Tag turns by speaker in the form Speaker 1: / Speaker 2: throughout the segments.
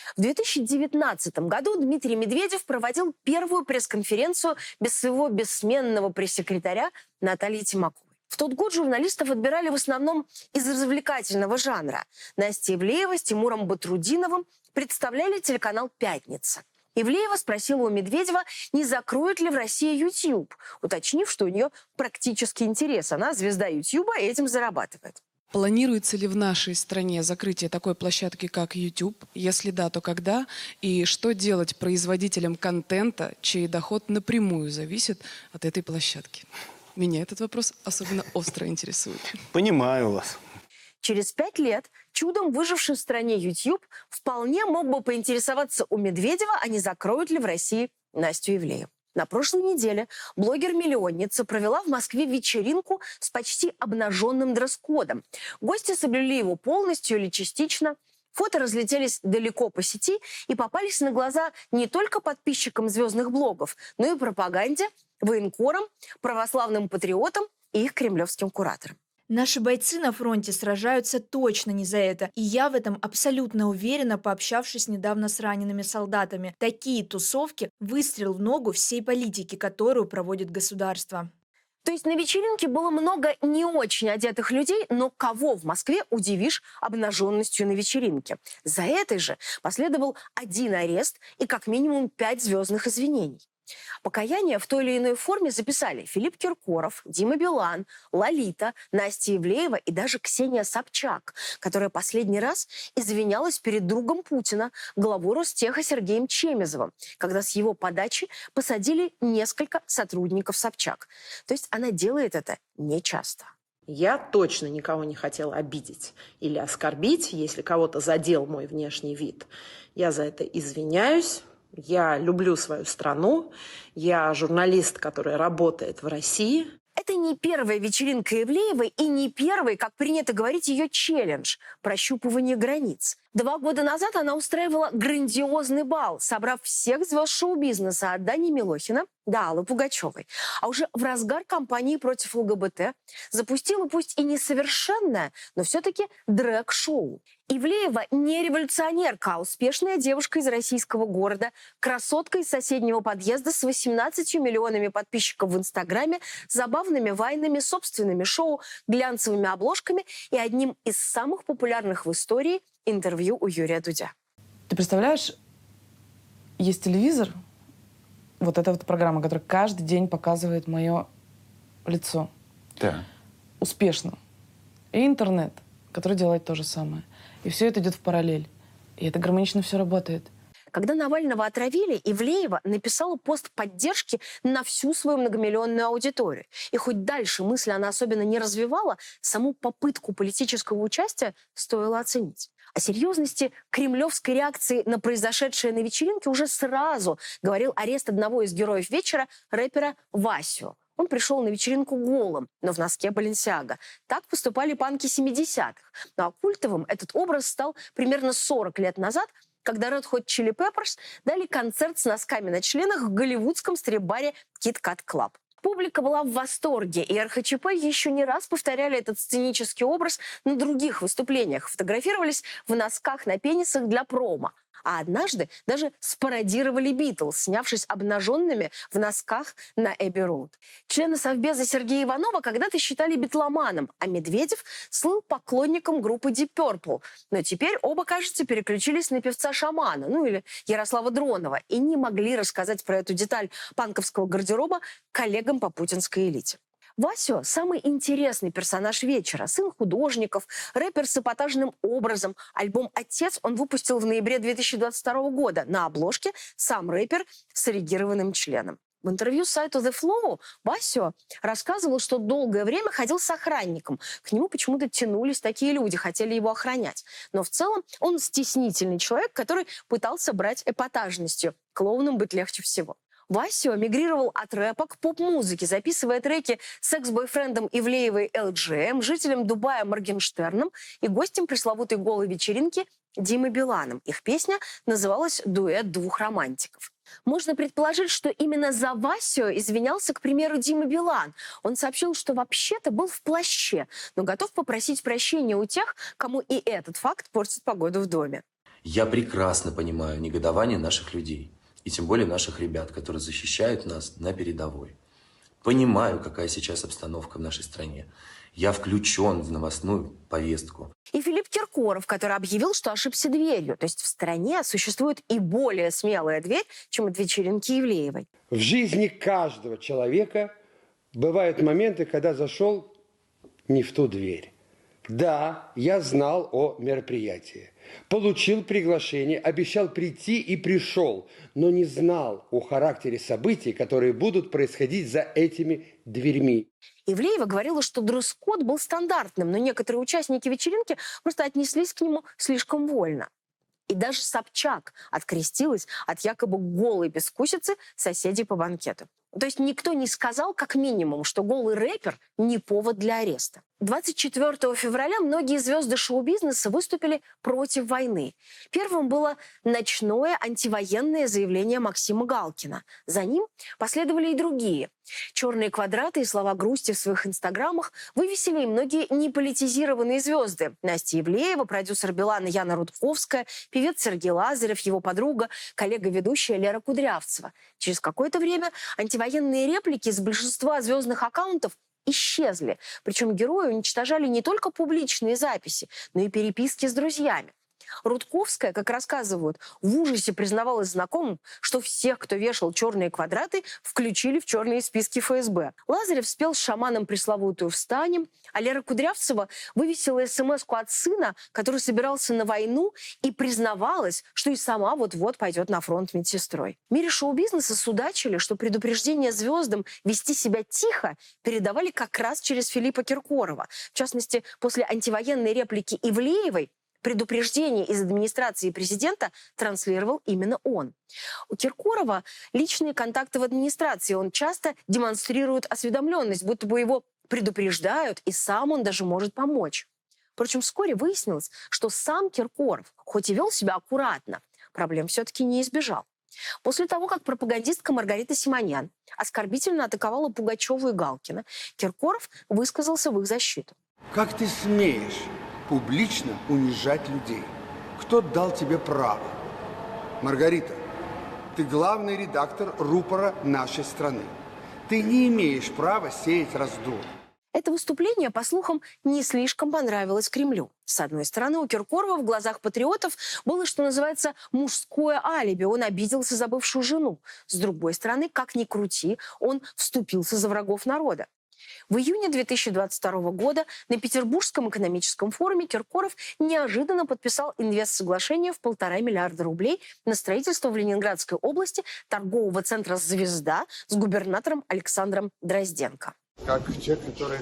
Speaker 1: В 2019 году Дмитрий Медведев проводил первую пресс-конференцию без своего бессменного пресс-секретаря Натальи Тимаковой. В тот год журналистов отбирали в основном из развлекательного жанра. Настя Ивлеева с Тимуром Батрудиновым представляли телеканал «Пятница». Ивлеева спросила у Медведева, не закроет ли в России YouTube, уточнив, что у нее практический интерес. Она звезда YouTube и этим зарабатывает.
Speaker 2: Планируется ли в нашей стране закрытие такой площадки, как YouTube? Если да, то когда? И что делать производителям контента, чей доход напрямую зависит от этой площадки? Меня этот вопрос особенно остро интересует.
Speaker 3: Понимаю вас.
Speaker 1: Через 5 лет чудом выживший в стране YouTube вполне мог бы поинтересоваться у Медведева, а не закроют ли в России Настю Ивлееву. На прошлой неделе блогер-миллионница провела в Москве вечеринку с почти обнаженным дресс-кодом. Гости соблюли его полностью или частично. Фото разлетелись далеко по сети и попались на глаза не только подписчикам звездных блогов, но и пропаганде, военкорам, православным патриотам и их кремлевским кураторам.
Speaker 4: Наши бойцы на фронте сражаются точно не за это. И я в этом абсолютно уверена, пообщавшись недавно с ранеными солдатами. Такие тусовки – выстрел в ногу всей политики, которую проводит государство.
Speaker 1: То есть на вечеринке было много не очень одетых людей, но кого в Москве удивишь обнаженностью на вечеринке? За этой же последовал 1 арест и как минимум 5 звездных извинений. Покаяние в той или иной форме записали Филипп Киркоров, Дима Билан, Лолита, Настя Ивлеева и даже Ксения Собчак, которая последний раз извинялась перед другом Путина, главой Ростеха Сергеем Чемезовым, когда с его подачи посадили несколько сотрудников Собчак. То есть она делает это нечасто.
Speaker 5: Я точно никого не хотела обидеть или оскорбить, если кого-то задел мой внешний вид. Я за это извиняюсь. Я люблю свою страну, я журналист, который работает в России.
Speaker 1: Это не первая вечеринка Ивлеевой и не первый, как принято говорить, ее челлендж – прощупывание границ. 2 года назад она устраивала грандиозный бал, собрав всех звезд шоу-бизнеса от Дани Милохина до Аллы Пугачевой. А уже в разгар кампании против ЛГБТ запустила пусть и несовершенное, но все-таки дрэг-шоу. Ивлеева не революционерка, а успешная девушка из российского города, красотка из соседнего подъезда с 18 миллионами подписчиков в Инстаграме, забавными вайнами, собственными шоу, глянцевыми обложками и одним из самых популярных в истории интервью у Юрия Дудя.
Speaker 2: Ты представляешь, есть телевизор, вот эта вот программа, которая каждый день показывает мое лицо.
Speaker 3: Да.
Speaker 2: Успешно. И интернет, который делает то же самое. И все это идет в параллель. И это гармонично все работает.
Speaker 1: Когда Навального отравили, Ивлеева написала пост поддержки на всю свою многомиллионную аудиторию. И хоть дальше мысль она особенно не развивала, саму попытку политического участия стоило оценить. О серьезности кремлевской реакции на произошедшее на вечеринке уже сразу говорил арест одного из героев вечера, рэпера Васио. Он пришел на вечеринку голым, но в носке Баленсиага. Так поступали панки 70-х. Ну а культовым этот образ стал примерно 40 лет назад, когда Red Hot Chili Peppers дали концерт с носками на членах в голливудском стрип-баре Kit Kat Club. Публика была в восторге, и РХЧП еще не раз повторяли этот сценический образ на других выступлениях, фотографировались в носках на пенисах для промо. А однажды даже спародировали Битлз, снявшись обнаженными в носках на Эбби Роуд. Члены Совбеза Сергея Иванова когда-то считали битломаном, а Медведев слыл поклонником группы Deep Purple. Но теперь оба, кажется, переключились на певца Шамана, ну или Ярослава Дронова, и не могли рассказать про эту деталь панковского гардероба коллегам по путинской элите. Васио – самый интересный персонаж вечера. Сын художников, рэпер с эпатажным образом. Альбом «Отец» он выпустил в ноябре 2022 года. На обложке сам рэпер с эрегированным членом. В интервью с сайту The Flow Васио рассказывал, что долгое время ходил с охранником. К нему почему-то тянулись такие люди, хотели его охранять. Но в целом он стеснительный человек, который пытался брать эпатажностью. Клоуном быть легче всего. Васио мигрировал от рэпа к поп-музыке, записывая треки с экс-бойфрендом Ивлеевой LGM, жителем Дубая Моргенштерном и гостем пресловутой голой вечеринки Димой Биланом. Их песня называлась «Дуэт двух романтиков». Можно предположить, что именно за Васио извинялся, к примеру, Дима Билан. Он сообщил, что вообще-то был в плаще, но готов попросить прощения у тех, кому и этот факт портит погоду в доме.
Speaker 6: Я прекрасно понимаю негодование наших людей. И тем более наших ребят, которые защищают нас на передовой. Понимаю, какая сейчас обстановка в нашей стране. Я включен в новостную повестку.
Speaker 1: И Филипп Киркоров, который объявил, что ошибся дверью. То есть в стране существует и более смелая дверь, чем от вечеринки Ивлеевой.
Speaker 7: В жизни каждого человека бывают моменты, когда зашел не в ту дверь. Да, я знал о мероприятии. Получил приглашение, обещал прийти и пришел, но не знал о характере событий, которые будут происходить за этими дверьми.
Speaker 1: Ивлеева говорила, что дресс-код был стандартным, но некоторые участники вечеринки просто отнеслись к нему слишком вольно. И даже Собчак открестилась от якобы голой бескусицы соседей по банкету. То есть никто не сказал, как минимум, что голый рэпер не повод для ареста. 24 февраля многие звезды шоу-бизнеса выступили против войны. Первым было ночное антивоенное заявление Максима Галкина. За ним последовали и другие. Черные квадраты и слова грусти в своих инстаграмах вывесили и многие неполитизированные звезды. Настя Ивлеева, продюсер Билана Яна Рудковская, певец Сергей Лазарев, его подруга, коллега-ведущая Лера Кудрявцева. Через какое-то время антивоенные реплики с большинства звездных аккаунтов исчезли. Причем герои уничтожали не только публичные записи, но и переписки с друзьями. Рудковская, как рассказывают, в ужасе признавалась знакомым, что всех, кто вешал черные квадраты, включили в черные списки ФСБ. Лазарев спел с шаманом пресловутую «Встанем», а Лера Кудрявцева вывесила смс-ку от сына, который собирался на войну, и признавалась, что и сама вот-вот пойдет на фронт медсестрой. В мире шоу-бизнеса судачили, что предупреждение звездам вести себя тихо передавали как раз через Филиппа Киркорова. В частности, после антивоенной реплики Ивлеевой предупреждение из администрации президента транслировал именно он. У Киркорова личные контакты в администрации. Он часто демонстрирует осведомленность, будто бы его предупреждают, и сам он даже может помочь. Впрочем, вскоре выяснилось, что сам Киркоров, хоть и вел себя аккуратно, проблем все-таки не избежал. После того, как пропагандистка Маргарита Симонян оскорбительно атаковала Пугачеву и Галкина, Киркоров высказался в их защиту.
Speaker 7: Как ты смеешь публично унижать людей? Кто дал тебе право? Маргарита, ты главный редактор рупора нашей страны. Ты не имеешь права сеять раздор.
Speaker 1: Это выступление, по слухам, не слишком понравилось Кремлю. С одной стороны, у Киркорова в глазах патриотов было, что называется, мужское алиби. Он обиделся за бывшую жену. С другой стороны, как ни крути, он вступился за врагов народа. В июне 2022 года на Петербургском экономическом форуме Киркоров неожиданно подписал инвестсоглашение в 1,5 миллиарда рублей на строительство в Ленинградской области торгового центра «Звезда» с губернатором Александром Дрозденко.
Speaker 7: Как человек, который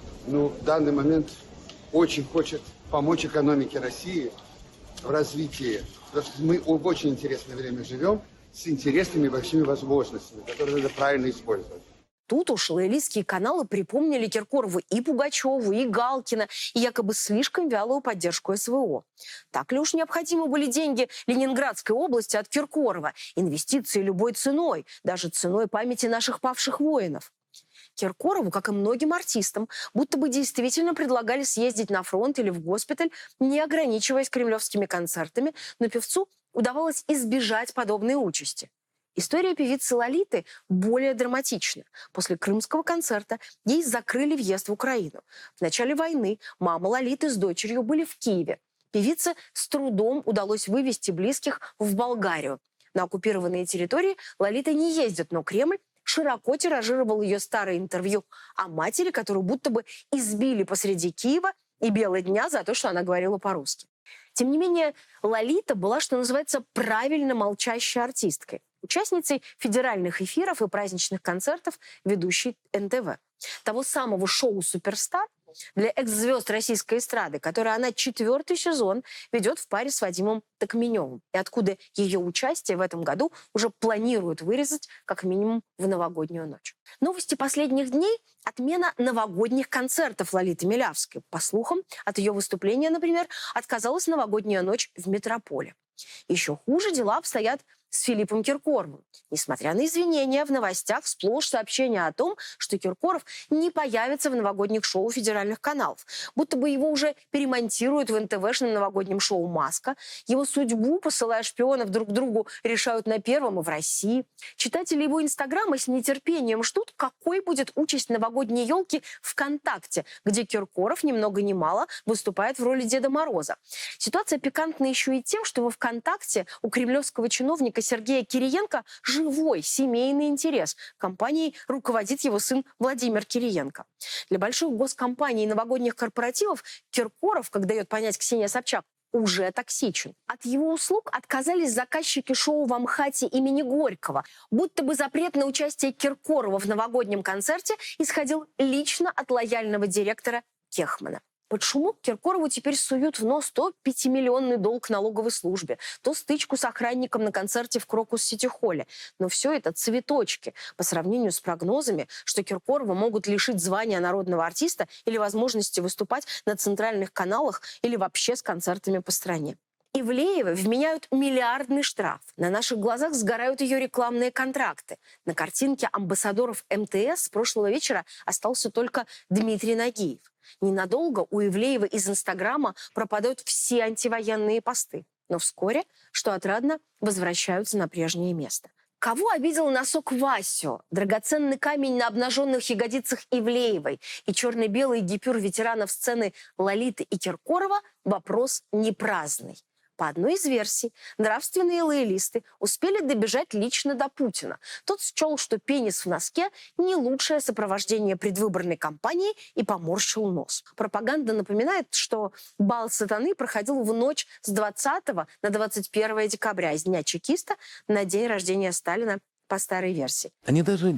Speaker 7: в данный момент очень хочет помочь экономике России в развитии, потому что мы в очень интересное время живем, с интересными большими возможностями, которые надо правильно использовать.
Speaker 1: Тут уж лоялистские каналы припомнили Киркорову и Пугачеву, и Галкина, и якобы слишком вялую поддержку СВО. Так ли уж необходимы были деньги Ленинградской области от Киркорова? Инвестиции любой ценой, даже ценой памяти наших павших воинов. Киркорову, как и многим артистам, будто бы действительно предлагали съездить на фронт или в госпиталь, не ограничиваясь кремлевскими концертами, но певцу удавалось избежать подобной участи. История певицы Лолиты более драматична. После крымского концерта ей закрыли въезд в Украину. В начале войны мама Лолиты с дочерью были в Киеве. Певице с трудом удалось вывести близких в Болгарию. На оккупированные территории Лолита не ездит, но Кремль широко тиражировал ее старое интервью о матери, которую будто бы избили посреди Киева и бела дня за то, что она говорила по-русски. Тем не менее, Лолита была, что называется, правильно молчащей артисткой. Участницей федеральных эфиров и праздничных концертов ведущей НТВ. Того самого шоу «Суперстар» для экс-звезд российской эстрады, которое она 4-й сезон ведет в паре с Вадимом Токменевым. И откуда ее участие в этом году уже планируют вырезать как минимум в новогоднюю ночь. Новости последних дней – отмена новогодних концертов Лолиты Милявской. По слухам, от ее выступления, например, отказалась новогодняя ночь в метрополе. Еще хуже дела обстоят с Филиппом Киркоровым. Несмотря на извинения, в новостях сплошь сообщения о том, что Киркоров не появится в новогодних шоу федеральных каналов. Будто бы его уже перемонтируют в НТВшном новогоднем шоу «Маска». Его судьбу, посылая шпионов друг другу, решают на Первом и в России. Читатели его инстаграма с нетерпением ждут, какой будет участь новогодней елки ВКонтакте, где Киркоров ни много ни мало выступает в роли Деда Мороза. Ситуация пикантна еще и тем, что во ВКонтакте у кремлевского чиновника Сергея Кириенко живой семейный интерес. Компанией руководит его сын Владимир Кириенко. Для больших госкомпаний и новогодних корпоративов Киркоров, как дает понять Ксения Собчак, уже токсичен. От его услуг отказались заказчики шоу в Амхате имени Горького. Будто бы запрет на участие Киркорова в новогоднем концерте исходил лично от лояльного директора Кехмана. Под шумок Киркорову теперь суют в нос то 5-миллионный долг налоговой службе, то стычку с охранником на концерте в Крокус-Сити-холле. Но все это цветочки по сравнению с прогнозами, что Киркорова могут лишить звания народного артиста или возможности выступать на центральных каналах или вообще с концертами по стране. Ивлеевой вменяют миллиардный штраф. На наших глазах сгорают ее рекламные контракты. На картинке амбассадоров МТС с прошлого вечера остался только Дмитрий Нагиев. Ненадолго у Ивлеевой из Инстаграма пропадают все антивоенные посты. Но вскоре, что отрадно, возвращаются на прежнее место. Кого обидел носок Васю, драгоценный камень на обнаженных ягодицах Ивлеевой и черно-белый гипюр ветеранов сцены Лолиты и Киркорова – вопрос не праздный. По одной из версий, нравственные лоялисты успели добежать лично до Путина. Тот счел, что пенис в носке – не лучшее сопровождение предвыборной кампании, и поморщил нос. Пропаганда напоминает, что бал сатаны проходил в ночь с 20 на 21 декабря, из Дня чекиста на день рождения Сталина по старой версии.
Speaker 8: Они даже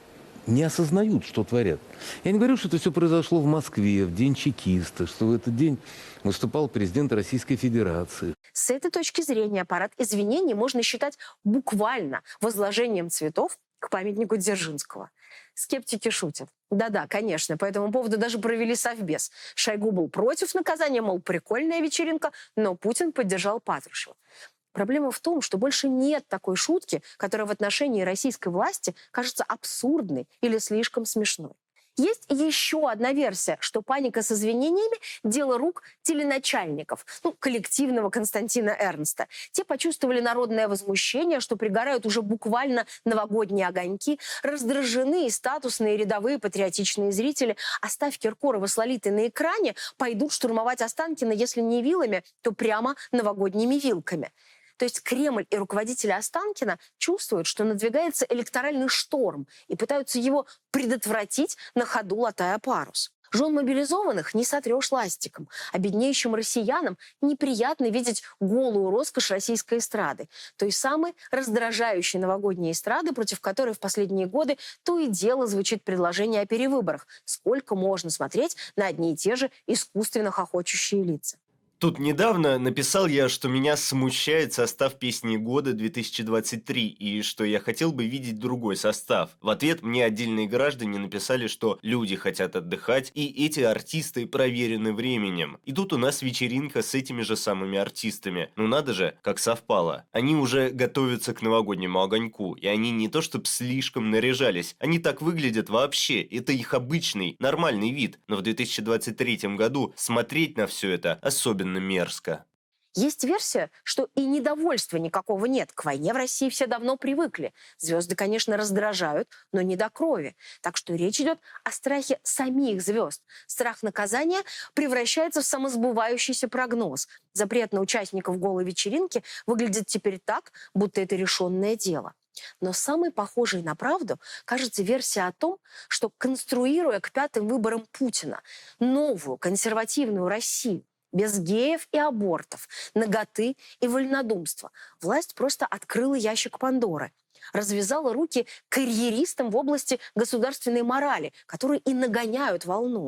Speaker 8: не осознают, что творят. Я не говорю, что это все произошло в Москве, в день чекиста, что в этот день выступал президент Российской Федерации.
Speaker 1: С этой точки зрения парад извинений можно считать буквально возложением цветов к памятнику Дзержинского. Скептики шутят. Да-да, конечно, по этому поводу даже провели совбез. Шойгу был против наказания, мол, прикольная вечеринка, но Путин поддержал Патрушева. Проблема в том, что больше нет такой шутки, которая в отношении российской власти кажется абсурдной или слишком смешной. Есть еще одна версия, что паника с извинениями – дело рук теленачальников, коллективного Константина Эрнста. Те почувствовали народное возмущение, что пригорают уже буквально новогодние огоньки, раздражены и статусные рядовые патриотичные зрители. Оставь Киркорова с Лолитой на экране, пойдут штурмовать Останкино, если не вилами, то прямо новогодними вилками. То есть Кремль и руководители Останкино чувствуют, что надвигается электоральный шторм и пытаются его предотвратить, на ходу латая парус. Жен мобилизованных не сотрешь ластиком, а беднеющим россиянам неприятно видеть голую роскошь российской эстрады, той самой раздражающей новогодней эстрады, против которой в последние годы то и дело звучит предложение о перевыборах. Сколько можно смотреть на одни и те же искусственно хохочущие лица?
Speaker 9: Тут недавно написал я, что меня смущает состав песни года 2023 и что я хотел бы видеть другой состав. В ответ мне отдельные граждане написали, что люди хотят отдыхать и эти артисты проверены временем. И тут у нас вечеринка с этими же самыми артистами. Ну надо же, как совпало. Они уже готовятся к новогоднему огоньку, и они не то чтобы слишком наряжались, они так выглядят вообще. Это их обычный, нормальный вид. Но в 2023 году смотреть на все это особенно мерзко.
Speaker 1: Есть версия, что и недовольства никакого нет. К войне в России все давно привыкли. Звезды, конечно, раздражают, но не до крови. Так что речь идет о страхе самих звезд. Страх наказания превращается в самосбывающийся прогноз. Запрет на участников голой вечеринки выглядит теперь так, будто это решенное дело. Но самой похожей на правду кажется версия о том, что, конструируя к пятым выборам Путина новую консервативную Россию, без геев и абортов, наготы и вольнодумства, власть просто открыла ящик Пандоры, развязала руки карьеристам в области государственной морали, которые и нагоняют волну.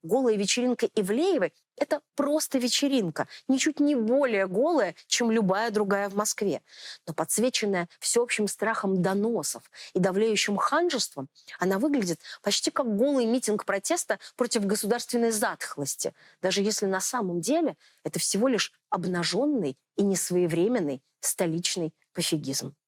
Speaker 1: голая вечеринка Ивлеевой – это просто вечеринка, ничуть не более голая, чем любая другая в Москве. Но подсвеченная всеобщим страхом доносов и давлеющим ханжеством, она выглядит почти как голый митинг протеста против государственной затхлости, даже если на самом деле это всего лишь обнаженный и несвоевременный столичный пофигизм.